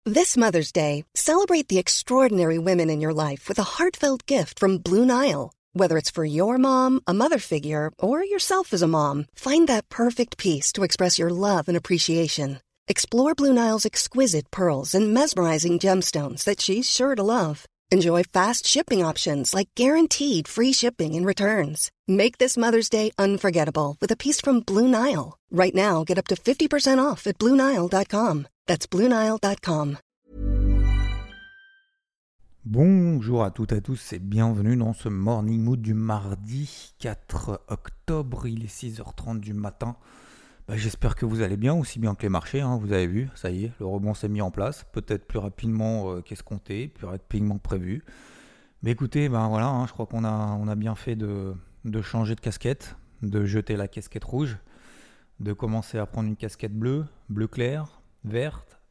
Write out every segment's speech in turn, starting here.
This Mother's Day, celebrate the extraordinary women in your life with a heartfelt gift from Blue Nile. Whether it's for your mom, a mother figure, or yourself as a mom, find that perfect piece to express your love and appreciation. Explore Blue Nile's exquisite pearls and mesmerizing gemstones that she's sure to love. Enjoy fast shipping options like guaranteed free shipping and returns. Make this Mother's Day unforgettable with a piece from Blue Nile. Right now, get up to 50% off at BlueNile.com. That's BlueNile.com. Bonjour à toutes et à tous et bienvenue dans ce Morning Mood du mardi 4 octobre. Il est 6h30 du matin. J'espère que vous allez bien, aussi bien que les marchés, vous avez vu, ça y est, le rebond s'est mis en place, peut-être plus rapidement qu'escompté, plus rapidement que prévu. Mais écoutez, je crois qu'on a bien fait de changer de casquette, de jeter la casquette rouge, de commencer à prendre une casquette bleue, bleu clair, verte,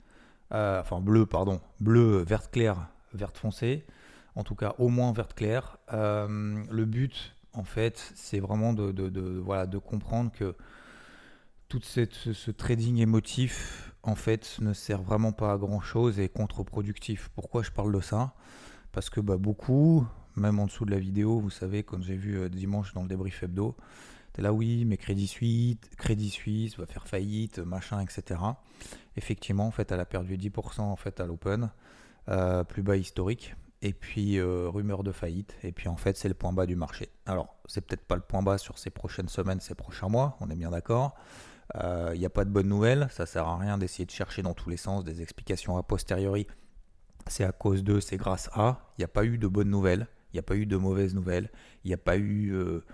bleu, verte claire, verte foncée, en tout cas au moins verte claire. Le but, en fait, c'est vraiment de comprendre que tout ce trading émotif, en fait, ne sert vraiment pas à grand-chose et est contre-productif. Pourquoi je parle de ça ? Parce que beaucoup, même en dessous de la vidéo, vous savez, comme j'ai vu dimanche dans le débrief hebdo, t'es là, oui, mais Crédit Suisse va faire faillite, machin, etc. Effectivement, en fait, elle a perdu 10% en fait, à l'open, plus bas historique. Et puis, rumeur de faillite. Et puis, en fait, c'est le point bas du marché. Alors, c'est peut-être pas le point bas sur ces prochaines semaines, ces prochains mois, on est bien d'accord. Il n'y a pas de bonnes nouvelles, ça sert à rien d'essayer de chercher dans tous les sens des explications a posteriori. C'est à cause de, c'est grâce à. Il n'y a pas eu de bonnes nouvelles, il n'y a pas eu de mauvaises nouvelles, il n'y a pas eu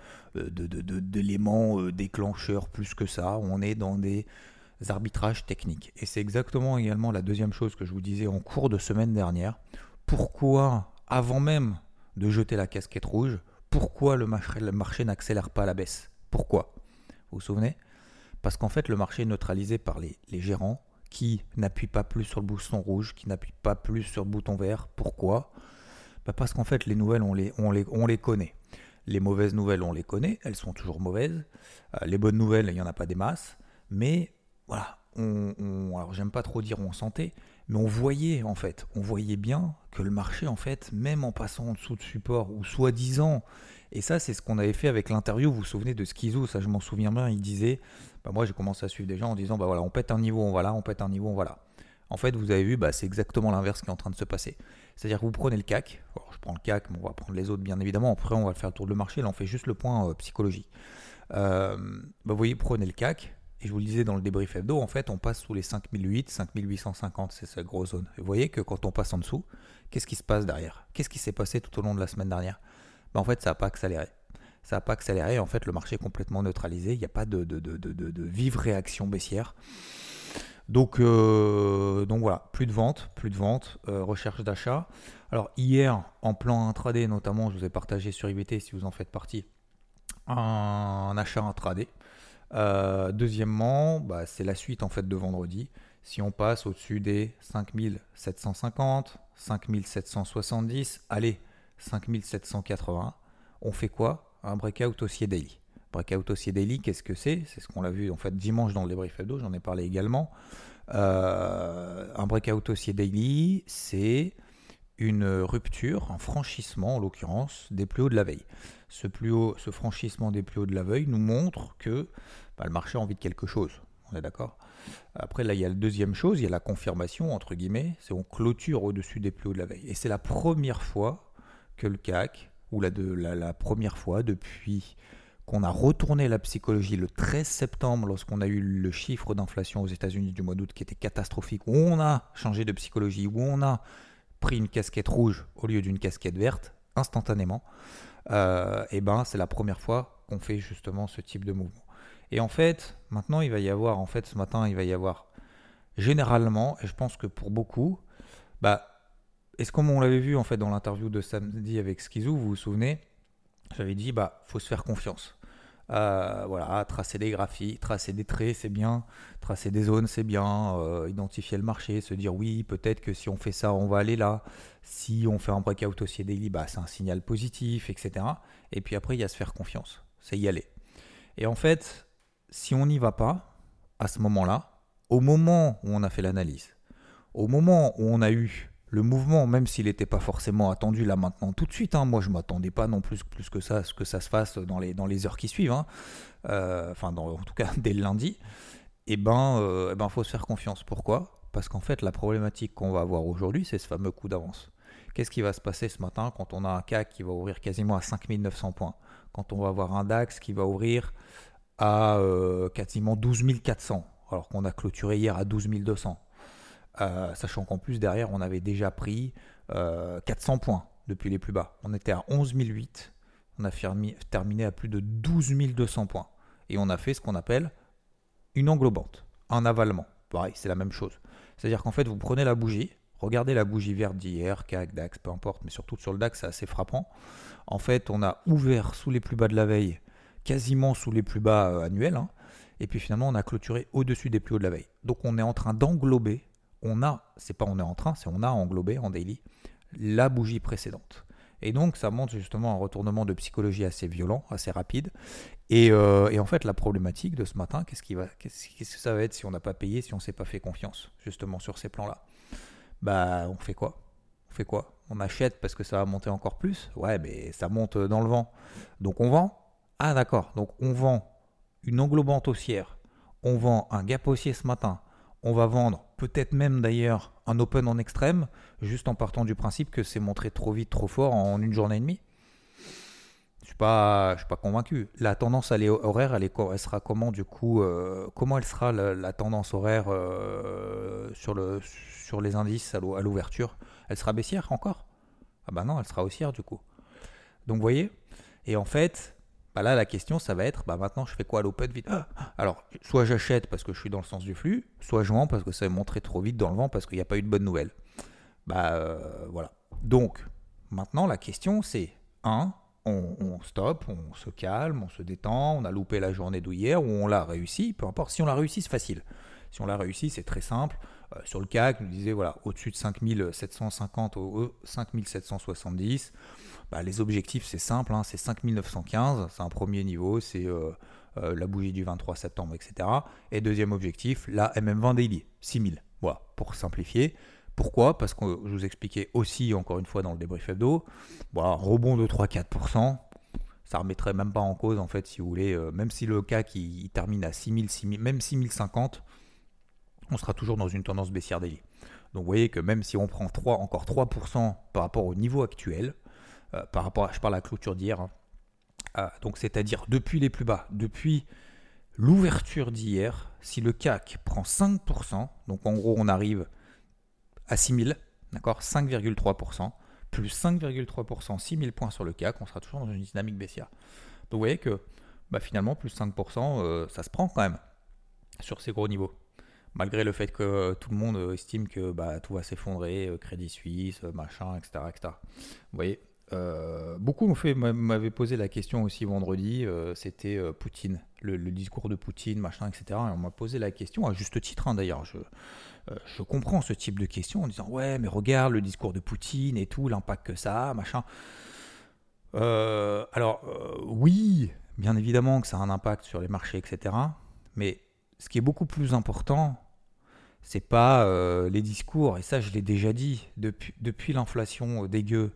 d'éléments déclencheurs plus que ça. On est dans des arbitrages techniques. Et c'est exactement également la deuxième chose que je vous disais en cours de semaine dernière. Pourquoi, avant même de jeter la casquette rouge, pourquoi le marché n'accélère pas à la baisse ? Pourquoi ? Vous vous souvenez ? Parce qu'en fait, le marché est neutralisé par les gérants qui n'appuient pas plus sur le bouton rouge, qui n'appuient pas plus sur le bouton vert. Pourquoi ? Parce qu'en fait, les nouvelles, on les connaît. Les mauvaises nouvelles, on les connaît. Elles sont toujours mauvaises. Les bonnes nouvelles, il n'y en a pas des masses. Mais voilà, alors j'aime pas trop dire on sentait, mais on voyait bien que le marché, en fait, même en passant en dessous de support ou soi-disant, et ça, c'est ce qu'on avait fait avec l'interview, vous vous souvenez de Skizou, ça je m'en souviens bien, il disait, moi j'ai commencé à suivre des gens en disant, on pète un niveau, on va là, on pète un niveau, on va là. En fait, vous avez vu, c'est exactement l'inverse qui est en train de se passer. C'est-à-dire que vous prenez le CAC, alors je prends le CAC, mais on va prendre les autres bien évidemment, après on va faire le tour de marché, là on fait juste le point psychologie. Vous voyez, prenez le CAC, et je vous le disais dans le débrief hebdo, en fait on passe sous les 5008, 5850, c'est cette grosse zone. Et vous voyez que quand on passe en dessous, qu'est-ce qui se passe derrière ? Qu'est-ce qui s'est passé tout au long de la semaine dernière ? En fait, ça n'a pas accéléré. Ça n'a pas accéléré. En fait, le marché est complètement neutralisé. Il n'y a pas de vive réaction baissière. Donc voilà, plus de vente, recherche d'achat. Alors hier, en plan intraday notamment, je vous ai partagé sur IBT, si vous en faites partie, un achat intraday. Deuxièmement, c'est la suite en fait de vendredi. Si on passe au-dessus des 5750, 5770, allez, 5780, on fait quoi ? Un breakout haussier daily. Breakout haussier daily, qu'est-ce que c'est ? C'est ce qu'on a vu en fait dimanche dans le débrief hebdo, j'en ai parlé également. Un breakout haussier daily, c'est une rupture, un franchissement en l'occurrence des plus hauts de la veille. Ce franchissement des plus hauts de la veille nous montre que le marché a envie de quelque chose. On est d'accord ? Après, là, il y a la deuxième chose, il y a la confirmation, entre guillemets, c'est on clôture au-dessus des plus hauts de la veille. Et c'est la première fois que le CAC, ou la première fois depuis qu'on a retourné la psychologie le 13 septembre, lorsqu'on a eu le chiffre d'inflation aux États-Unis du mois d'août qui était catastrophique, où on a changé de psychologie, où on a pris une casquette rouge au lieu d'une casquette verte, instantanément, c'est la première fois qu'on fait justement ce type de mouvement. Et en fait, maintenant, ce matin, il va y avoir généralement, et je pense que pour beaucoup, est-ce comme on l'avait vu en fait dans l'interview de samedi avec Skizou, vous vous souvenez, j'avais dit, faut se faire confiance. Tracer des graphiques, tracer des traits, c'est bien, tracer des zones, c'est bien, identifier le marché, se dire oui, peut-être que si on fait ça, on va aller là. Si on fait un breakout haussier daily, c'est un signal positif, etc. Et puis après, il y a se faire confiance, c'est y aller. Et en fait, si on n'y va pas, à ce moment-là, au moment où on a fait l'analyse, Au moment où on a eu le mouvement, même s'il n'était pas forcément attendu là maintenant tout de suite, moi je ne m'attendais pas non plus que ça, à ce que ça se fasse dans les heures qui suivent, en tout cas dès le lundi, faut se faire confiance. Pourquoi ? Parce qu'en fait la problématique qu'on va avoir aujourd'hui, c'est ce fameux coup d'avance. Qu'est-ce qui va se passer ce matin quand on a un CAC qui va ouvrir quasiment à 5900 points, quand on va avoir un DAX qui va ouvrir à quasiment 12 400, alors qu'on a clôturé hier à 12 200. Sachant qu'en plus derrière on avait déjà pris 400 points depuis les plus bas. On était à 11 008, on a terminé à plus de 12 200 points. Et on a fait ce qu'on appelle une englobante, un avalement. Pareil, c'est la même chose. C'est-à-dire qu'en fait vous prenez la bougie, regardez la bougie verte d'hier, CAC, DAX, peu importe, mais surtout sur le DAX c'est assez frappant. En fait on a ouvert sous les plus bas de la veille, quasiment sous les plus bas annuels, et puis finalement on a clôturé au-dessus des plus hauts de la veille. Donc on est en train d'englober, on a englobé en daily la bougie précédente. Et donc ça montre justement un retournement de psychologie assez violent, assez rapide. Et en fait la problématique de ce matin, qu'est-ce que ça va être si on n'a pas payé, si on ne s'est pas fait confiance justement sur ces plans-là ? On fait quoi ? On achète parce que ça va monter encore plus ? Ouais, mais ça monte dans le vent. Donc on vend ? Ah d'accord, donc on vend une englobante haussière, on vend un gap haussier ce matin, on va vendre peut-être même d'ailleurs un open en extrême, juste en partant du principe que c'est montré trop vite, trop fort en une journée et demie. Je suis pas convaincu. La tendance horaire, elle sera comment du coup comment elle sera la tendance horaire sur les indices à l'ouverture ? Elle sera baissière encore ? Ah bah non, elle sera haussière du coup. Donc vous voyez ? Et en fait, là la question ça va être, maintenant je fais quoi à l'open vite ? Alors, soit j'achète parce que je suis dans le sens du flux, soit je vends parce que ça est montré trop vite dans le vent parce qu'il n'y a pas eu de bonne nouvelle. Voilà. Donc, maintenant la question c'est, on stoppe, on se calme, on se détend, on a loupé la journée d'hier ou on l'a réussi, peu importe. Si on l'a réussi, c'est facile. Si on l'a réussi, c'est très simple. Sur le CAC, je disais, voilà, au-dessus de 5750 au 5770, les objectifs, c'est simple, c'est 5915, c'est un premier niveau, c'est la bougie du 23 septembre, etc. Et deuxième objectif, la MM20 Daily, 6000. Voilà, pour simplifier. Pourquoi ? Parce que je vous expliquais aussi, encore une fois, dans le débrief hebdo, rebond de 3-4%, ça ne remettrait même pas en cause, en fait, si vous voulez, même si le CAC il termine à 6000, même 6050, on sera toujours dans une tendance baissière daily. Donc vous voyez que même si on prend encore 3% par rapport au niveau actuel, je parle à la clôture d'hier, donc c'est-à-dire depuis les plus bas, depuis l'ouverture d'hier, si le CAC prend 5%, donc en gros on arrive à 6000, d'accord, 5,3%, plus 5,3%, 6000 points sur le CAC, on sera toujours dans une dynamique baissière. Donc vous voyez que finalement plus 5%, ça se prend quand même sur ces gros niveaux. Malgré le fait que tout le monde estime que tout va s'effondrer, Crédit Suisse, machin, etc. etc. Vous voyez, beaucoup m'avaient posé la question aussi vendredi, c'était Poutine, le discours de Poutine, machin, etc. Et on m'a posé la question, à juste titre d'ailleurs, je comprends ce type de question en disant ouais mais regarde le discours de Poutine et tout, l'impact que ça a, machin. Oui, bien évidemment que ça a un impact sur les marchés, etc. Mais ce qui est beaucoup plus important, c'est pas les discours, et ça je l'ai déjà dit, depuis l'inflation dégueu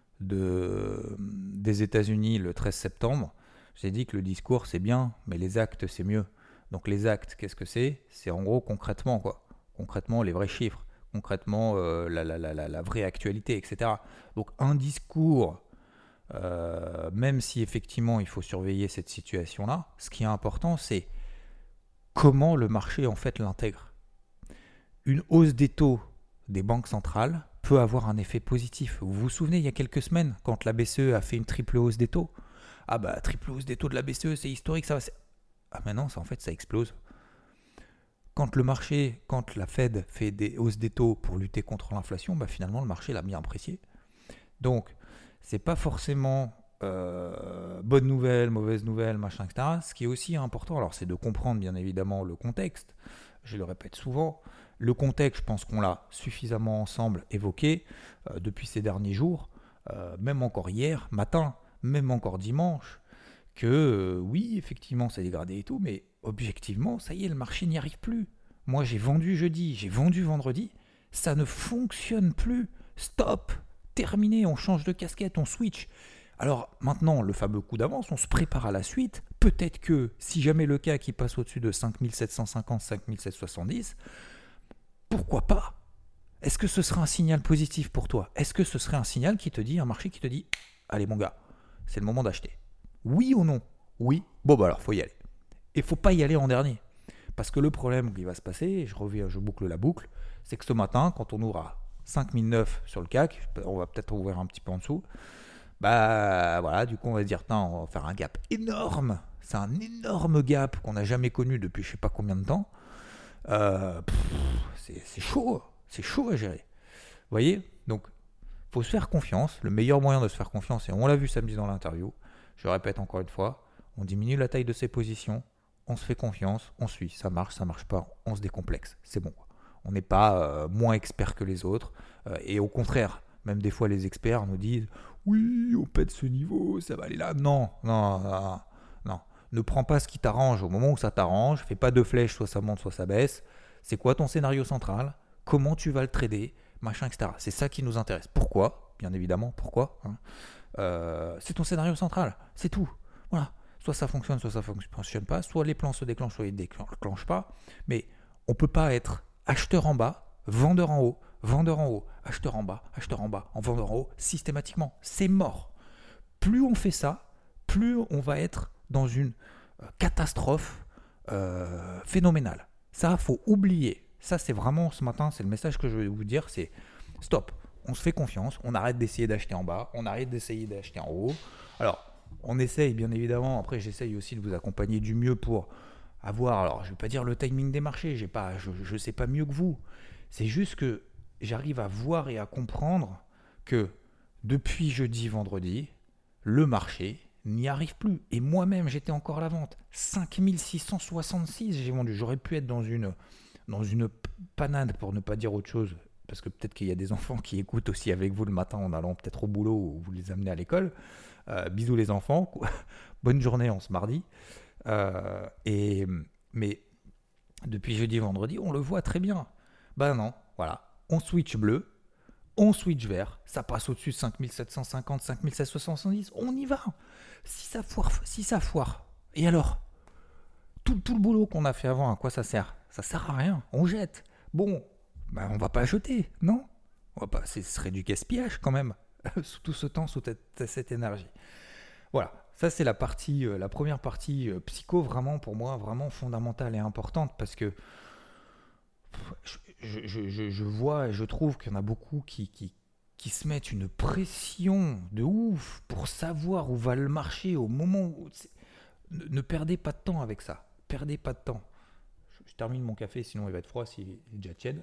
des États-Unis le 13 septembre, j'ai dit que le discours c'est bien, mais les actes c'est mieux. Donc les actes, qu'est-ce que c'est ? C'est en gros concrètement quoi. Concrètement les vrais chiffres, concrètement la vraie actualité, etc. Donc un discours, même si effectivement il faut surveiller cette situation-là, ce qui est important c'est comment le marché en fait l'intègre. Une hausse des taux des banques centrales peut avoir un effet positif. Vous vous souvenez, il y a quelques semaines, quand la BCE a fait une triple hausse des taux ? Triple hausse des taux de la BCE, c'est historique, ça va... Maintenant, ça explose. Quand la Fed fait des hausses des taux pour lutter contre l'inflation, finalement, le marché l'a bien apprécié. Donc, c'est pas forcément bonne nouvelle, mauvaise nouvelle, machin, etc. Ce qui est aussi important, alors c'est de comprendre bien évidemment le contexte. Je le répète souvent, le contexte, je pense qu'on l'a suffisamment ensemble évoqué depuis ces derniers jours, même encore hier matin, même encore dimanche, que oui, effectivement, ça a dégradé et tout, mais objectivement, ça y est, le marché n'y arrive plus. Moi, j'ai vendu jeudi, j'ai vendu vendredi, Ça ne fonctionne plus. Stop. Terminé. On change de casquette, on switch. Alors maintenant, le fameux coup d'avance, on se prépare à la suite. Peut-être que si jamais le CAC qui passe au-dessus de 5750, 5770, pourquoi pas? Est-ce que ce serait un signal positif pour toi? Est-ce que ce serait un signal qui te dit, un marché qui te dit, allez mon gars, c'est le moment d'acheter? Oui ou non? Oui. Bon bah alors, faut y aller. Et faut pas y aller en dernier. Parce que le problème qui va se passer, je boucle la boucle, c'est que ce matin, quand on ouvre à 5009 sur le CAC, on va peut-être ouvrir un petit peu en dessous, bah voilà, du coup on va dire, on va faire un gap énorme. C'est un énorme gap qu'on n'a jamais connu depuis je sais pas combien de temps. C'est chaud. C'est chaud à gérer. Vous voyez? Donc, il faut se faire confiance. Le meilleur moyen de se faire confiance, et on l'a vu samedi dans l'interview, je répète encore une fois, on diminue la taille de ses positions, on se fait confiance, on suit. Ça marche pas, on se décomplexe. C'est bon. On n'est pas moins expert que les autres. Et au contraire, même des fois les experts nous disent « Oui, on pète ce niveau, ça va aller là. » Non. Ne prends pas ce qui t'arrange au moment où ça t'arrange. Fais pas de flèches, soit ça monte, soit ça baisse. C'est quoi ton scénario central? Comment tu vas le trader, machin, etc. C'est ça qui nous intéresse. Pourquoi? Bien évidemment, pourquoi c'est ton scénario central, c'est tout. Voilà. Soit ça fonctionne, soit ça ne fonctionne pas. Soit les plans se déclenchent, soit ils ne déclenchent pas. Mais on ne peut pas être acheteur en bas, vendeur en haut, acheteur en bas, en vendeur en haut, systématiquement. C'est mort. Plus on fait ça, plus on va être dans une catastrophe phénoménale. Ça, faut oublier. Ça, c'est vraiment, ce matin, c'est le message que je vais vous dire, c'est stop, on se fait confiance, on arrête d'essayer d'acheter en bas, on arrête d'essayer d'acheter en haut. Alors, on essaye, bien évidemment, après j'essaye aussi de vous accompagner du mieux pour avoir, alors je ne vais pas dire le timing des marchés, je ne sais pas mieux que vous, c'est juste que j'arrive à voir et à comprendre que depuis jeudi, vendredi, le marché n'y arrive plus. Et moi-même, j'étais encore à la vente. 5666, j'ai vendu. J'aurais pu être dans une panade, pour ne pas dire autre chose, parce que peut-être qu'il y a des enfants qui écoutent aussi avec vous le matin en allant peut-être au boulot ou vous les amenez à l'école. Bisous les enfants, bonne journée en ce mardi. Mais depuis jeudi, vendredi, on le voit très bien. Ben non, voilà, on switch bleu, on switch vert, ça passe au-dessus de 5750, 5770, on y va. Si ça foire, et alors tout le boulot qu'on a fait avant, à quoi ça sert? Ça sert à rien, on jette. Bon, on va pas jeter, non? On va pas, ce serait du gaspillage quand même, sous tout ce temps, sous cette énergie. Voilà, ça c'est la première partie psycho, vraiment pour moi, vraiment fondamentale et importante, parce que je vois et je trouve qu'il y en a beaucoup qui se mettent une pression de ouf pour savoir où va le marché au moment où... Ne perdez pas de temps avec ça. Perdez pas de temps. Je termine mon café, sinon il va être froid s'il est déjà tiède.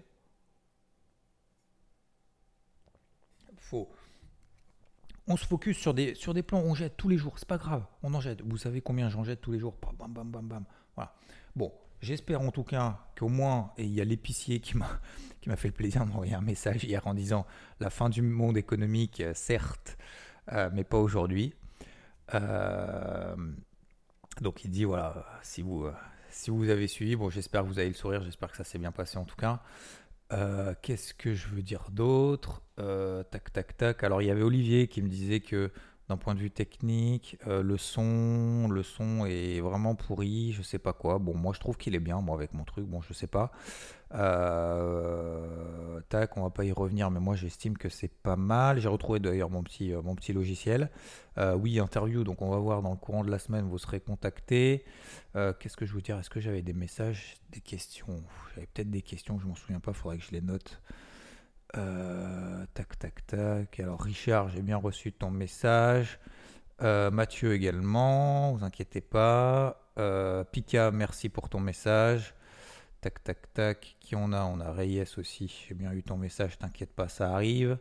On se focus sur des plans, on jette tous les jours, c'est pas grave, on en jette. Vous savez combien j'en jette tous les jours? Bam, bam, bam, bam. Voilà. Bon, j'espère en tout cas qu'au moins, et il y a l'épicier qui m'a fait le plaisir de m'envoyer un message hier en disant la fin du monde économique, certes, mais pas aujourd'hui. Donc il dit voilà, si vous avez suivi, bon j'espère que vous avez le sourire, j'espère que ça s'est bien passé en tout cas. Qu'est-ce que je veux dire d'autre? Tac. Alors il y avait Olivier qui me disait que d'un point de vue technique, le son est vraiment pourri, je sais pas quoi. Bon, moi je trouve qu'il est bien, moi avec mon truc, bon je sais pas. On va pas y revenir, mais moi j'estime que c'est pas mal. J'ai retrouvé d'ailleurs mon petit logiciel. Oui, interview, donc on va voir dans le courant de la semaine, vous serez contacté. Qu'est-ce que je veux dire? Est-ce que j'avais des messages, des questions? J'avais peut-être des questions, je m'en souviens pas, faudrait que je les note. Tac. Alors Richard, j'ai bien reçu ton message. Mathieu également, vous inquiétez pas. Pika, merci pour ton message. Tac. Qui on a? On a Reyes aussi. J'ai bien eu ton message, t'inquiète pas, ça arrive.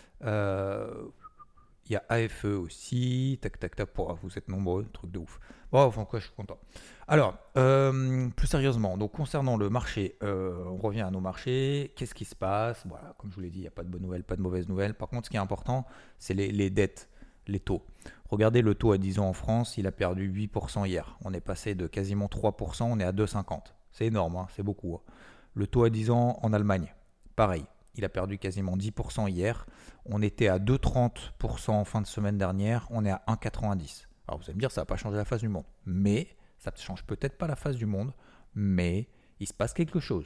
Il y a AFE aussi. Tac. Vous êtes nombreux, truc de ouf. Bon, enfin quoi, je suis content. Alors, plus sérieusement, donc concernant le marché, on revient à nos marchés. Qu'est-ce qui se passe? Voilà, comme je vous l'ai dit, il n'y a pas de bonnes nouvelles, pas de mauvaises nouvelles. Par contre, ce qui est important, c'est les dettes, les taux. Regardez le taux à 10 ans en France, il a perdu 8% hier. On est passé de quasiment 3%, on est à 2,50. C'est énorme, hein, c'est beaucoup. Hein. Le taux à 10 ans en Allemagne, pareil. il a perdu quasiment 10% hier. On était à 2,30% en fin de semaine dernière, on est à 1,90. Alors vous allez me dire, ça va pas changer la face du monde. Mais, ça ne change peut-être pas la face du monde, mais il se passe quelque chose.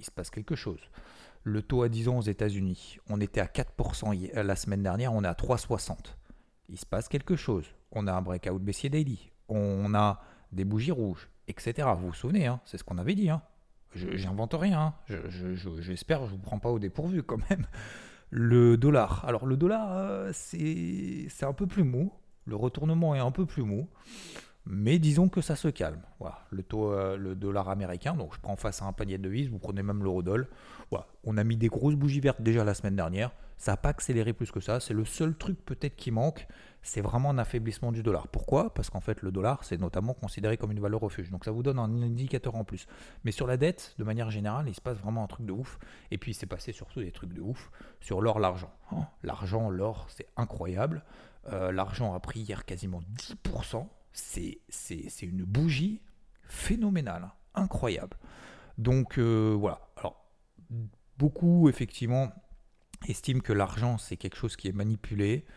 Le taux à 10 ans aux États-Unis, on était à 4% la semaine dernière, on est à 3,60. Il se passe quelque chose. On a un breakout baissier daily, on a des bougies rouges, etc. Vous vous souvenez, hein, c'est ce qu'on avait dit. Hein. J'invente rien. Hein. J'espère que je ne vous prends pas au dépourvu quand même. Le dollar. Alors le dollar, c'est un peu plus mou. Le retournement est un peu plus mou. Mais disons que ça se calme. Voilà. Le dollar américain, donc je prends face à un panier de devises, vous prenez même l'eurodoll. Voilà. On a mis des grosses bougies vertes déjà la semaine dernière. Ça n'a pas accéléré plus que ça. C'est le seul truc peut-être qui manque. C'est vraiment un affaiblissement du dollar. Pourquoi ? Parce qu'en fait, le dollar, c'est notamment considéré comme une valeur refuge. Donc ça vous donne un indicateur en plus. Mais sur la dette, de manière générale, il se passe vraiment un truc de ouf. Et puis il s'est passé surtout des trucs de ouf sur l'or, l'argent. L'argent, l'or, c'est incroyable. L'argent a pris hier quasiment 10%. C'est une bougie phénoménale, incroyable. Donc voilà. Alors, beaucoup, effectivement, estiment que l'argent, c'est quelque chose qui est manipulé.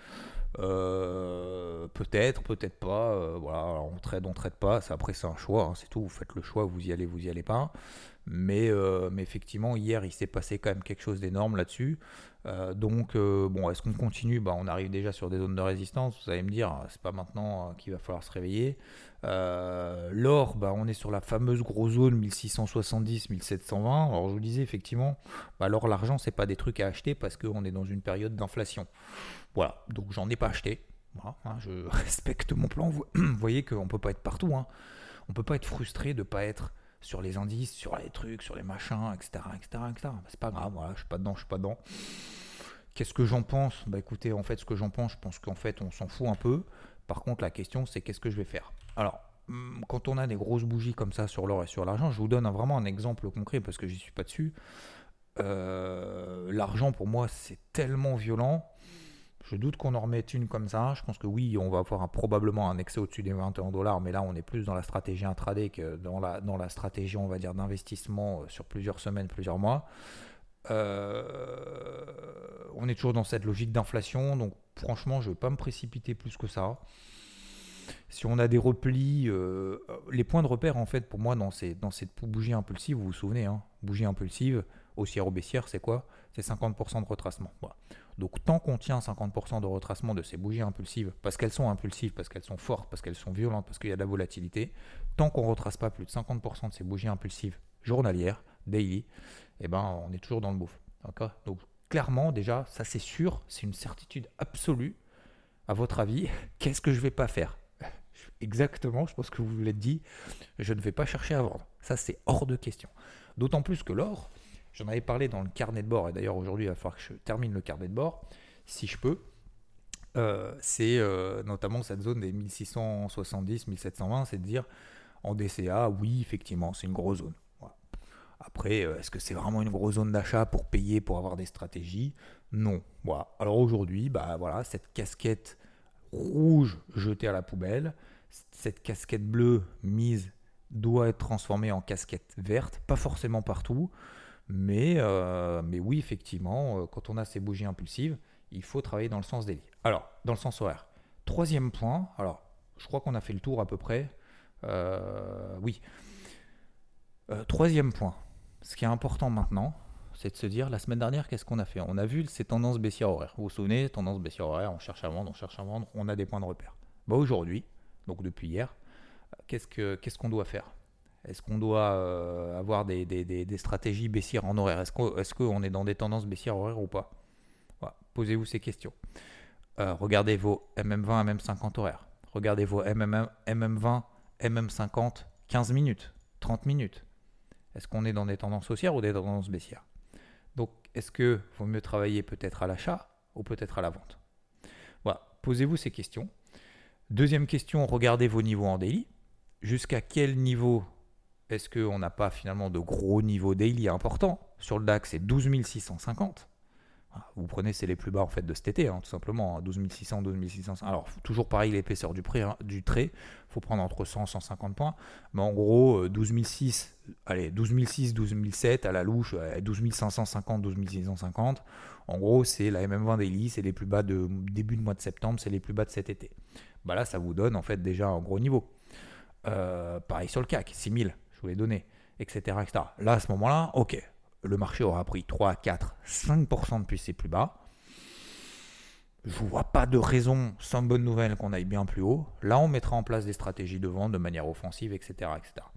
Peut-être pas. Voilà, alors on trade pas. Après, c'est un choix. Hein, c'est tout. Vous faites le choix, vous y allez pas. Mais effectivement, hier, il s'est passé quand même quelque chose d'énorme là-dessus. Donc, est-ce qu'on continue ? On arrive déjà sur des zones de résistance. Vous allez me dire, c'est pas maintenant qu'il va falloir se réveiller. L'or, on est sur la fameuse grosse zone 1670, 1720. Alors, je vous disais, effectivement, l'or, l'argent, c'est pas des trucs à acheter parce qu'on est dans une période d'inflation. Voilà, donc j'en ai pas acheté. Voilà, hein, je respecte mon plan. Vous voyez qu'on peut pas être partout. Hein. On peut pas être frustré de pas être sur les indices, sur les trucs, sur les machins, etc. C'est pas grave, voilà, je suis pas dedans. Qu'est-ce que j'en pense ? Écoutez, en fait, ce que j'en pense, je pense qu'en fait, on s'en fout un peu. Par contre, la question, c'est qu'est-ce que je vais faire ? Alors, quand on a des grosses bougies comme ça sur l'or et sur l'argent, je vous donne vraiment un exemple concret parce que j'y suis pas dessus. L'argent, pour moi, c'est tellement violent. Je doute qu'on en remette une comme ça. Je pense que oui, on va avoir probablement un excès au-dessus des $21, mais là, on est plus dans la stratégie intraday que dans la stratégie, on va dire, d'investissement sur plusieurs semaines, plusieurs mois. On est toujours dans cette logique d'inflation, donc franchement, je ne vais pas me précipiter plus que ça. Si on a des replis, les points de repère, en fait, pour moi, dans cette bougie impulsive, vous vous souvenez, hein, bougie impulsive, haussière ou baissière, c'est quoi ? C'est 50% de retracement. Voilà. Donc tant qu'on tient 50% de retracement de ces bougies impulsives, parce qu'elles sont impulsives, parce qu'elles sont fortes, parce qu'elles sont violentes, parce qu'il y a de la volatilité, tant qu'on ne retrace pas plus de 50% de ces bougies impulsives journalières, daily, on est toujours dans le bouffe. D'accord ? Donc clairement, déjà, ça c'est sûr, c'est une certitude absolue. À votre avis, qu'est-ce que je ne vais pas faire ? Exactement, je pense que vous l'avez dit, je ne vais pas chercher à vendre. Ça, c'est hors de question. D'autant plus que l'or, j'en avais parlé dans le carnet de bord, et d'ailleurs aujourd'hui, il va falloir que je termine le carnet de bord, si je peux. C'est notamment cette zone des 1670, 1720, c'est de dire en DCA, oui, effectivement, c'est une grosse zone. Voilà. Après, est-ce que c'est vraiment une grosse zone d'achat pour payer, pour avoir des stratégies ? Non. Voilà. Alors aujourd'hui, cette casquette rouge jetée à la poubelle, cette casquette bleue mise doit être transformée en casquette verte, pas forcément partout, mais oui, effectivement, quand on a ces bougies impulsives, il faut travailler dans le sens daily. Alors, dans le sens horaire. Troisième point, alors je crois qu'on a fait le tour à peu près. Oui. Troisième point, ce qui est important maintenant, c'est de se dire, la semaine dernière, qu'est-ce qu'on a fait ? On a vu ces tendances baissières horaires. Vous vous souvenez, tendance baissière horaire, on cherche à vendre, on a des points de repère. Aujourd'hui, donc depuis hier, qu'est-ce qu'on doit faire ? Est-ce qu'on doit avoir des stratégies baissières en horaire ? Est-ce qu'on est dans des tendances baissières horaires ou pas ? Voilà. Posez-vous ces questions. Regardez vos MM20, MM50 horaires. Regardez vos MM20, MM50, 15 minutes, 30 minutes. Est-ce qu'on est dans des tendances haussières ou des tendances baissières ? Donc, est-ce qu'il vaut mieux travailler peut-être à l'achat ou peut-être à la vente ? Voilà. Posez-vous ces questions. Deuxième question, regardez vos niveaux en daily. Jusqu'à quel niveau est-ce qu'on n'a pas finalement de gros niveaux daily importants ? Sur le DAX, c'est 12 650. Vous prenez, c'est les plus bas en fait de cet été, tout simplement, 12 600, 12 600. Alors toujours pareil, l'épaisseur du trait, il faut prendre entre 100 et 150 points, mais en gros 12 600, allez 12 600, 12 700 à la louche, 12 550, 12 650. En gros, c'est la MM20 Daily, c'est les plus bas de début de mois de septembre, c'est les plus bas de cet été. Là, ça vous donne en fait déjà un gros niveau. Pareil sur le CAC, 6000, je vous l'ai donné, etc., etc. Là, à ce moment-là, ok. Le marché aura pris 3, 4, 5% depuis ses plus bas. Je ne vois pas de raison, sans bonne nouvelle, qu'on aille bien plus haut. Là, on mettra en place des stratégies de vente de manière offensive, etc.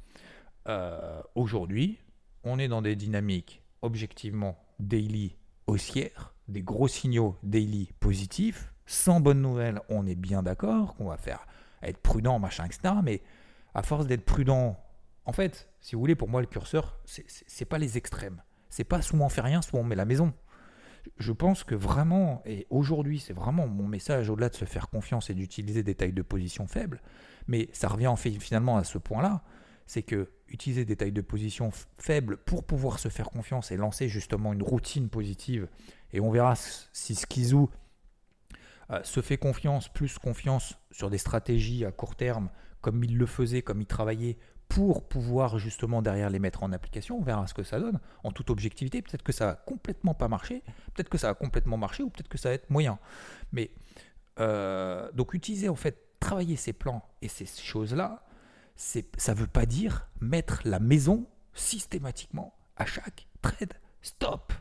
Aujourd'hui, on est dans des dynamiques objectivement daily haussières, des gros signaux daily positifs. Sans bonne nouvelle, on est bien d'accord qu'on va être prudent, machin, etc. Mais à force d'être prudent, en fait, si vous voulez, pour moi, le curseur, c'est pas les extrêmes. C'est pas soit on fait rien, soit on met la maison. Je pense que vraiment, et aujourd'hui, c'est vraiment mon message, au-delà de se faire confiance et d'utiliser des tailles de position faibles, mais ça revient finalement à ce point-là, c'est que utiliser des tailles de position faibles pour pouvoir se faire confiance et lancer justement une routine positive, et on verra si Skizoo se fait plus confiance sur des stratégies à court terme, comme il le faisait, comme il travaillait, pour pouvoir justement derrière les mettre en application. On verra ce que ça donne en toute objectivité. Peut-être que ça va complètement pas marcher, peut-être que ça va complètement marcher ou peut-être que ça va être moyen. Mais donc utiliser en fait, travailler ces plans et ces choses-là, ça ne veut pas dire mettre la maison systématiquement à chaque trade. Stop.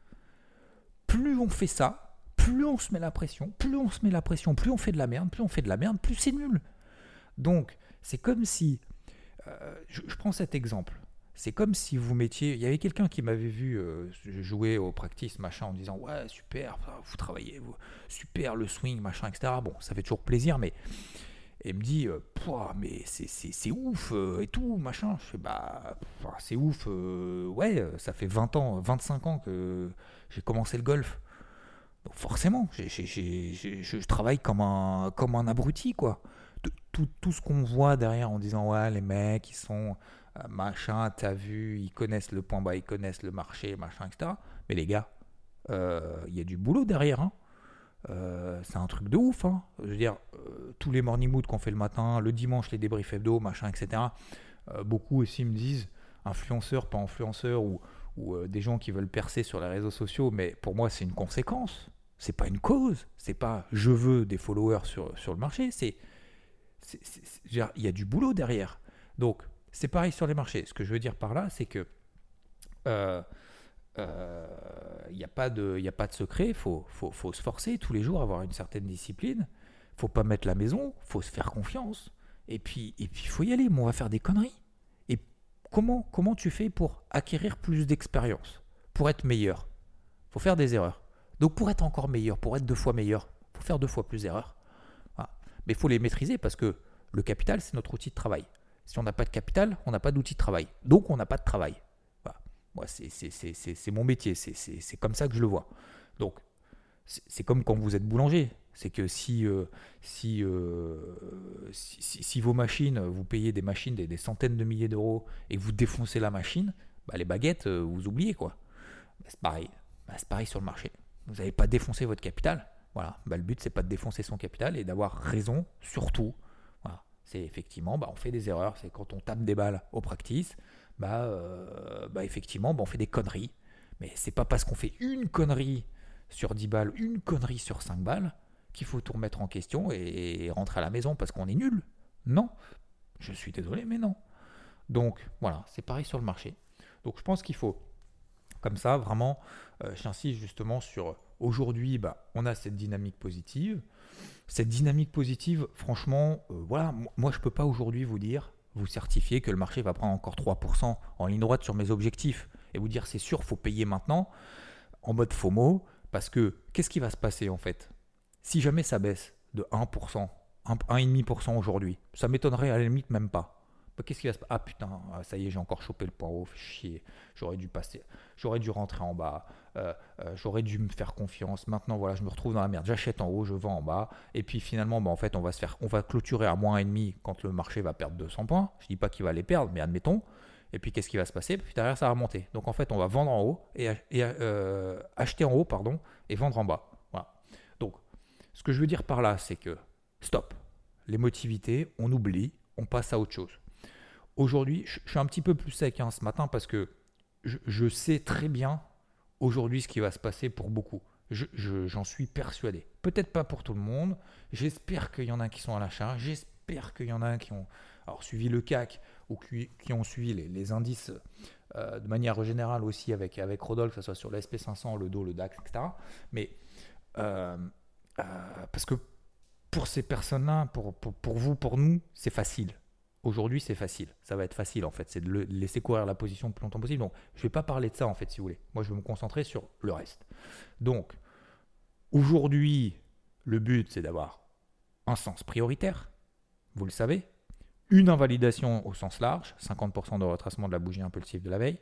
Plus on fait ça, plus on se met la pression, plus on fait de la merde, plus c'est nul. Donc c'est comme si je prends cet exemple. C'est comme si vous mettiez... Il y avait quelqu'un qui m'avait vu jouer au practice, machin, en disant « Ouais, super, vous travaillez, super, le swing, machin, etc. » Bon, ça fait toujours plaisir, mais... Et il me dit « Mais c'est ouf, et tout, machin. » Je fais « Bah, c'est ouf, ouais, ça fait 20 ans, 25 ans que j'ai commencé le golf. Donc forcément, je travaille comme un abruti, quoi. » Tout ce qu'on voit derrière en disant ouais les mecs ils sont machin, t'as vu, ils connaissent le point bas, ils connaissent le marché, machin, etc. Mais les gars, il y a du boulot derrière, c'est un truc de ouf, je veux dire, tous les morning moods qu'on fait le matin, le dimanche les débriefs hebdo, machin, etc. Beaucoup aussi me disent influenceurs, pas influenceurs, ou des gens qui veulent percer sur les réseaux sociaux, mais pour moi c'est une conséquence, c'est pas une cause, c'est pas je veux des followers sur le marché, il y a du boulot derrière. Donc, c'est pareil sur les marchés. Ce que je veux dire par là, c'est que il n'y a pas de secret. Il faut se forcer tous les jours, avoir une certaine discipline. Il ne faut pas mettre la maison. Il faut se faire confiance. Et puis, il faut y aller. Mais on va faire des conneries. Et comment tu fais pour acquérir plus d'expérience, pour être meilleur? Il faut faire des erreurs. Donc, pour être encore meilleur, pour être 2 fois meilleur, il faut faire 2 fois plus d'erreurs. Mais il faut les maîtriser parce que le capital, c'est notre outil de travail. Si on n'a pas de capital, on n'a pas d'outil de travail. Donc, on n'a pas de travail. Voilà. Moi, c'est mon métier. C'est comme ça que je le vois. Donc, c'est comme quand vous êtes boulanger. C'est que si vos machines, vous payez des machines des centaines de milliers d'euros et que vous défoncez la machine, les baguettes, vous oubliez, quoi. C'est pareil. C'est pareil sur le marché. Vous n'avez pas défoncé votre capital. Voilà, le but c'est pas de défoncer son capital et d'avoir raison surtout. Voilà. C'est effectivement, on fait des erreurs. C'est quand on tape des balles au practice, effectivement, on fait des conneries. Mais c'est pas parce qu'on fait une connerie sur 10 balles, une connerie sur 5 balles qu'il faut tout remettre en question et rentrer à la maison parce qu'on est nul. Non, je suis désolé, mais non. Donc voilà, c'est pareil sur le marché. Donc je pense qu'il faut, comme ça, vraiment, j'insiste justement sur... Aujourd'hui, on a cette dynamique positive. Cette dynamique positive, franchement, moi je ne peux pas aujourd'hui vous certifier que le marché va prendre encore 3% en ligne droite sur mes objectifs et vous dire c'est sûr, il faut payer maintenant en mode FOMO parce que qu'est-ce qui va se passer en fait? Si jamais ça baisse de 1%, 1,5% aujourd'hui, ça m'étonnerait à la limite même pas. Qu'est-ce qui va se passer? Ah putain, ça y est, j'ai encore chopé le point haut, chier, j'aurais dû rentrer en bas, j'aurais dû me faire confiance. Maintenant, voilà, je me retrouve dans la merde, j'achète en haut, je vends en bas, et puis finalement, en fait, on va clôturer à -1,5 quand le marché va perdre 200 points. Je dis pas qu'il va les perdre, mais admettons. Et puis qu'est-ce qui va se passer? Puis derrière, ça va remonter. Donc en fait, on va vendre en haut acheter en haut, pardon, et vendre en bas. Voilà. Donc, ce que je veux dire par là, c'est que stop. L'émotivité, on oublie, on passe à autre chose. Aujourd'hui, je suis un petit peu plus sec ce matin parce que je sais très bien aujourd'hui ce qui va se passer pour beaucoup. J'en suis persuadé. Peut-être pas pour tout le monde. J'espère qu'il y en a qui sont à la charge. J'espère qu'il y en a qui ont suivi le CAC ou qui ont suivi les indices de manière générale aussi avec Rodolphe, que ce soit sur le SP500, le DO, le DAX, etc. Mais parce que pour ces personnes-là, pour vous, pour nous, c'est facile. Aujourd'hui, c'est facile. Ça va être facile, en fait. C'est de le laisser courir la position le plus longtemps possible. Donc, je ne vais pas parler de ça, en fait, si vous voulez. Moi, je vais me concentrer sur le reste. Donc, aujourd'hui, le but, c'est d'avoir un sens prioritaire. Vous le savez. Une invalidation au sens large, 50% de retracement de la bougie impulsive de la veille.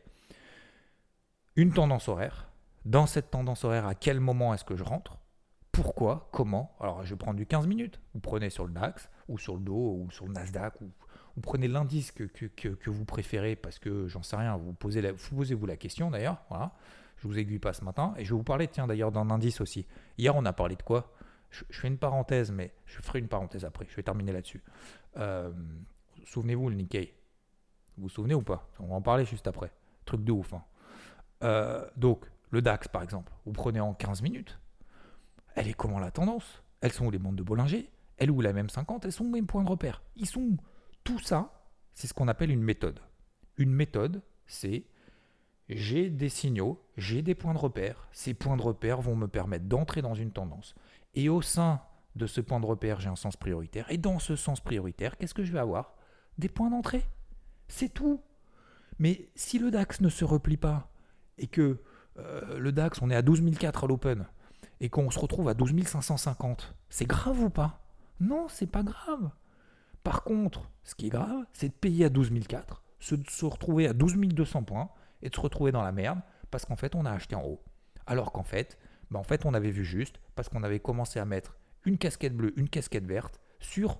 Une tendance horaire. Dans cette tendance horaire, à quel moment est-ce que je rentre? Pourquoi? Comment? Alors, je vais prendre du 15 minutes. Vous prenez sur le DAX, ou sur le DO, ou sur le Nasdaq, ou vous prenez l'indice que vous préférez parce que j'en sais rien, posez-vous la question d'ailleurs, voilà. Je vous aiguille pas ce matin et je vais vous parler d'ailleurs d'un indice aussi. Hier on a parlé de quoi? Je fais une parenthèse, mais je ferai une parenthèse après, je vais terminer là-dessus. Souvenez-vous le Nikkei, vous vous souvenez ou pas? On va en parler juste après, truc de ouf. Donc le DAX par exemple, vous prenez en 15 minutes, elle est comment la tendance? Elles sont où les bandes de Bollinger? Elle est où la même 50? Elles sont où mes points de repère? Ils sont où? Tout ça, c'est ce qu'on appelle une méthode. Une méthode, c'est j'ai des signaux, j'ai des points de repère. Ces points de repère vont me permettre d'entrer dans une tendance. Et au sein de ce point de repère, j'ai un sens prioritaire. Et dans ce sens prioritaire, qu'est-ce que je vais avoir? Des points d'entrée. C'est tout. Mais si le DAX ne se replie pas et que le DAX, on est à 12 004 à l'open et qu'on se retrouve à 12 550, c'est grave ou pas? Non, c'est pas grave. Par contre, ce qui est grave, c'est de payer à 12 004, se retrouver à 12 200 points et de se retrouver dans la merde parce qu'en fait, on a acheté en haut. Alors qu'en fait, on avait vu juste parce qu'on avait commencé à mettre une casquette bleue, une casquette verte sur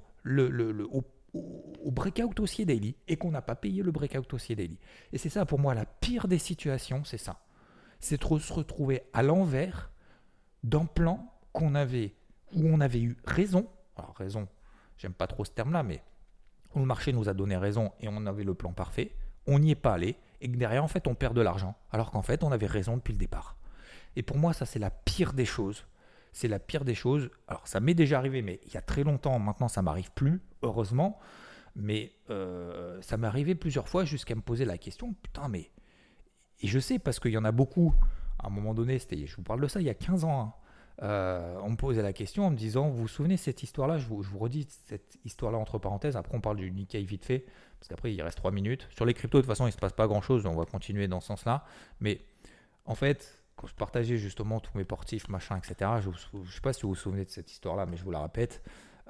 au breakout haussier daily et qu'on n'a pas payé le breakout haussier daily. Et c'est ça pour moi la pire des situations, c'est ça. C'est de se retrouver à l'envers d'un plan où on avait eu raison. Alors raison, j'aime pas trop ce terme-là, mais où le marché nous a donné raison et on avait le plan parfait, on n'y est pas allé et que derrière, en fait, on perd de l'argent, alors qu'en fait, on avait raison depuis le départ. Et pour moi, ça, c'est la pire des choses. C'est la pire des choses. Alors, ça m'est déjà arrivé, mais il y a très longtemps, maintenant, ça ne m'arrive plus, heureusement. Mais ça m'est arrivé plusieurs fois jusqu'à me poser la question, putain, mais... Et je sais, parce qu'il y en a beaucoup, à un moment donné, je vous parle de ça il y a 15 ans, on me posait la question en me disant, vous vous souvenez de cette histoire-là? Je vous redis cette histoire-là entre parenthèses. Après, on parle du Nikkei vite fait, parce qu'après, il reste 3 minutes. Sur les cryptos, de toute façon, il ne se passe pas grand-chose, on va continuer dans ce sens-là. Mais en fait, quand je partageais justement tous mes portifs, machin, etc., je ne sais pas si vous vous souvenez de cette histoire-là, mais je vous la répète.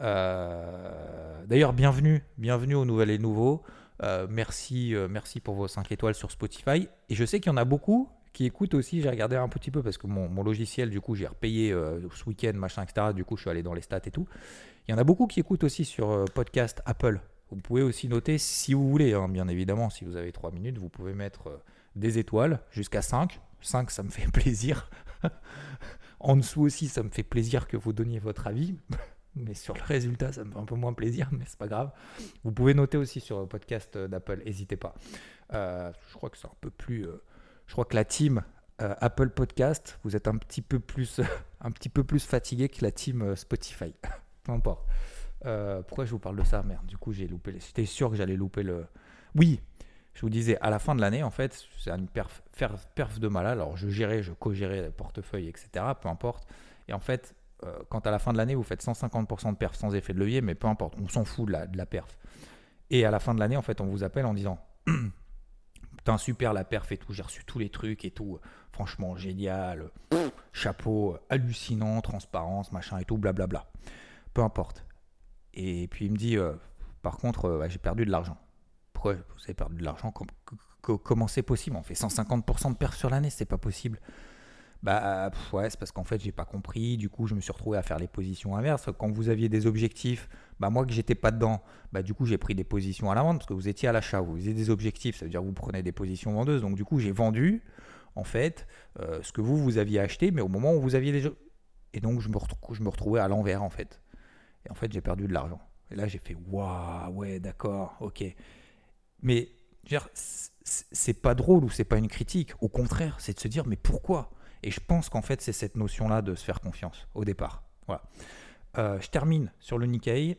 D'ailleurs, bienvenue aux nouvelles et nouveaux. Merci pour vos 5 étoiles sur Spotify. Et je sais qu'il y en a beaucoup qui écoutent aussi. J'ai regardé un petit peu parce que mon logiciel, du coup, j'ai repayé ce week-end, machin, etc. Du coup, je suis allé dans les stats et tout. Il y en a beaucoup qui écoutent aussi sur podcast Apple. Vous pouvez aussi noter si vous voulez, hein, bien évidemment. Si vous avez 3 minutes, vous pouvez mettre des étoiles jusqu'à 5. 5, ça me fait plaisir. En dessous aussi, ça me fait plaisir que vous donniez votre avis. Mais sur le résultat, ça me fait un peu moins plaisir, mais c'est pas grave. Vous pouvez noter aussi sur le podcast d'Apple, n'hésitez pas. Je crois que c'est un peu plus... je crois que la team Apple Podcast, vous êtes un petit peu plus fatigué que la team Spotify. Peu importe. Pourquoi je vous parle de ça? Merde, du coup, j'étais sûr que j'allais louper le... Oui, je vous disais, à la fin de l'année, en fait, c'est une perf de malade. Alors, je co-gérais le portefeuille, etc., peu importe. Et en fait... quand à la fin de l'année, vous faites 150% de perf sans effet de levier, mais peu importe, on s'en fout de la perf. Et à la fin de l'année, en fait, on vous appelle en disant putain, super la perf et tout, j'ai reçu tous les trucs et tout, franchement, génial, chapeau, hallucinant, transparence, machin et tout, blablabla. Peu importe. Et puis il me dit par contre, j'ai perdu de l'argent. Pourquoi vous avez perdu de l'argent? Comment c'est possible? On fait 150% de perf sur l'année, c'est pas possible. Ouais, c'est parce qu'en fait, j'ai pas compris. Du coup, je me suis retrouvé à faire les positions inverses. Quand vous aviez des objectifs, moi que j'étais pas dedans, du coup, j'ai pris des positions à la vente parce que vous étiez à l'achat. Vous faisiez des objectifs, ça veut dire que vous prenez des positions vendeuses. Donc, du coup, j'ai vendu, en fait, ce que vous aviez acheté, mais au moment où vous aviez les... Et donc, je me retrouvais à l'envers, en fait. Et en fait, j'ai perdu de l'argent. Et là, j'ai fait, waouh, ouais, d'accord, ok. Mais, je veux dire, c'est pas drôle ou c'est pas une critique. Au contraire, c'est de se dire, mais pourquoi ? Et je pense qu'en fait, c'est cette notion-là de se faire confiance au départ. Voilà. Je termine sur le Nikkei.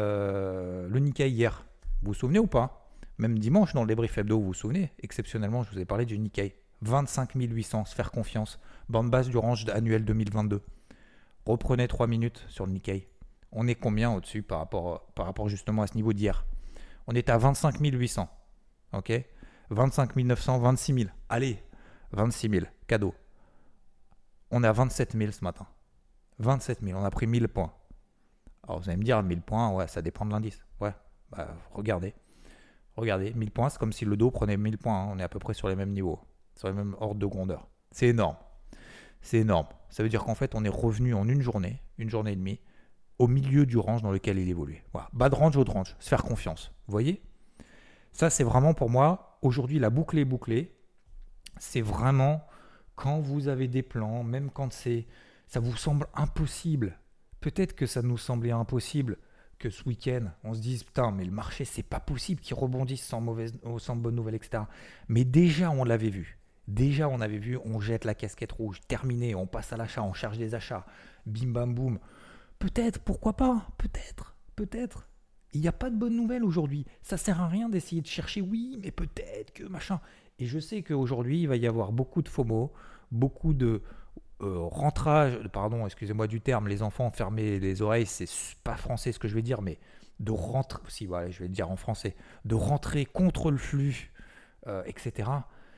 Le Nikkei hier, vous vous souvenez ou pas ? Même dimanche, dans le débrief hebdo, vous vous souvenez ? Exceptionnellement, je vous ai parlé du Nikkei. 25 800, se faire confiance. Bande basse du range annuel 2022. Reprenez 3 minutes sur le Nikkei. On est combien au-dessus par rapport justement à ce niveau d'hier ? On est à 25 800. Ok ? 25 900, 26 000. Allez, 26 000, cadeau. On est à 27 000 ce matin. 27 000, on a pris 1000 points. Alors vous allez me dire, 1000 points, ouais, ça dépend de l'indice. Ouais, regardez. Regardez, 1000 points, c'est comme si le dos prenait 1000 points. On est à peu près sur les mêmes niveaux, sur les mêmes ordres de grandeur. C'est énorme. C'est énorme. Ça veut dire qu'en fait, on est revenu en une journée et demie, au milieu du range dans lequel il évoluait. Voilà. Bas de range, haut de range, se faire confiance. Vous voyez ? Ça, c'est vraiment pour moi, aujourd'hui, la boucle est bouclée. C'est vraiment... Quand vous avez des plans, même quand ça vous semble impossible, peut-être que ça nous semblait impossible que ce week-end, on se dise, putain, mais le marché, c'est pas possible qu'il rebondisse sans bonne nouvelle, etc. Mais déjà, on l'avait vu. Déjà, on avait vu, on jette la casquette rouge, terminé, on passe à l'achat, on charge des achats, bim, bam, boum. Peut-être, pourquoi pas ? Peut-être. Il n'y a pas de bonne nouvelle aujourd'hui. Ça ne sert à rien d'essayer de chercher, oui, mais peut-être que machin... Et je sais qu'aujourd'hui, il va y avoir beaucoup de FOMO, beaucoup de rentrage, pardon, excusez-moi du terme, les enfants fermer les oreilles, c'est pas français ce que je vais dire, mais de rentrer, si voilà, je vais le dire en français, de rentrer contre le flux, etc.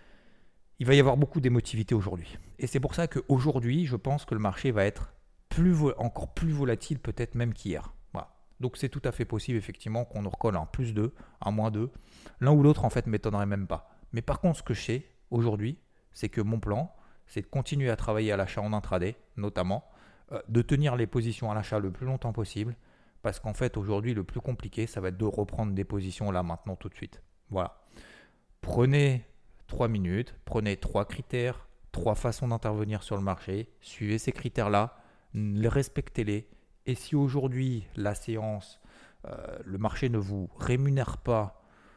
Il va y avoir beaucoup d'émotivité aujourd'hui. Et c'est pour ça qu'aujourd'hui, je pense que le marché va être encore plus volatile peut-être même qu'hier. Voilà. Donc c'est tout à fait possible effectivement qu'on nous recolle un +2, un -2. L'un ou l'autre en fait ne m'étonnerait même pas. Mais par contre, ce que je sais aujourd'hui, c'est que mon plan, c'est de continuer à travailler à l'achat en intraday, notamment, de tenir les positions à l'achat le plus longtemps possible, parce qu'en fait, aujourd'hui, le plus compliqué, ça va être de reprendre des positions là, maintenant, tout de suite. Voilà. Prenez 3 minutes, prenez 3 critères, 3 façons d'intervenir sur le marché, suivez ces critères-là, respectez-les, et si aujourd'hui, la séance, le marché ne vous rémunère pas,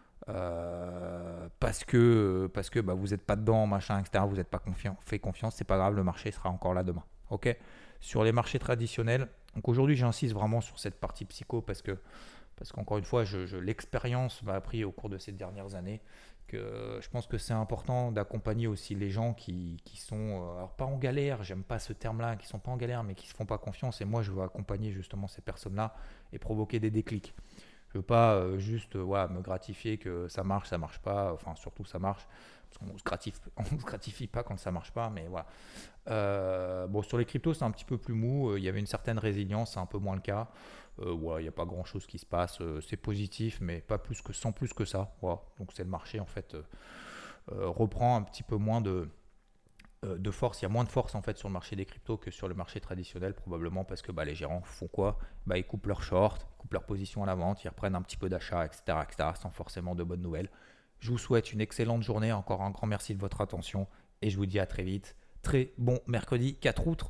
parce que vous n'êtes pas dedans, machin, etc., vous n'êtes pas fait confiance, c'est pas grave, le marché sera encore là demain. Ok ? Sur les marchés traditionnels, donc aujourd'hui j'insiste vraiment sur cette partie psycho parce qu'encore une fois, l'expérience m'a appris au cours de ces dernières années que je pense que c'est important d'accompagner aussi les gens qui sont, alors pas en galère, j'aime pas ce terme-là, qui sont pas en galère mais qui se font pas confiance, et moi je veux accompagner justement ces personnes-là et provoquer des déclics. Je ne veux pas juste me gratifier que ça marche pas, enfin surtout ça marche, parce qu'on ne se gratifie pas quand ça ne marche pas, mais voilà. Sur les cryptos, c'est un petit peu plus mou, il y avait une certaine résilience, c'est un peu moins le cas. Il n'y a pas grand-chose qui se passe, c'est positif, mais sans plus que ça. Voilà. Donc c'est le marché en fait reprend un petit peu moins de force, il y a moins de force en fait sur le marché des cryptos que sur le marché traditionnel, probablement parce que les gérants font quoi ? Ils coupent leur short, ils coupent leur position à la vente, ils reprennent un petit peu d'achat, etc., sans forcément de bonnes nouvelles. Je vous souhaite une excellente journée, encore un grand merci de votre attention et je vous dis à très vite. Très bon mercredi 4 août.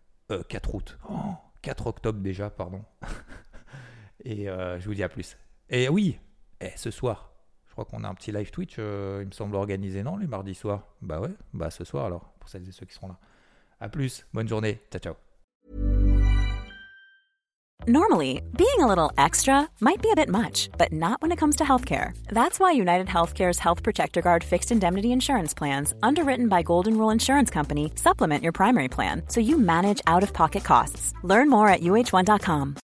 4 octobre déjà, pardon. Et je vous dis à plus. Et oui, ce soir, je crois qu'on a un petit live Twitch, il me semble organisé, non, les mardis soirs ? Bah ouais, ce soir alors, pour celles et ceux qui seront là. À plus, bonne journée, ciao. Normally, being a little extra might be a bit much, but not when it comes to healthcare. That's why United Healthcare's Health Protector Guard fixed indemnity insurance plans, underwritten by Golden Rule Insurance Company, supplement your primary plan so you manage out-of-pocket costs. Learn more at uh1.com.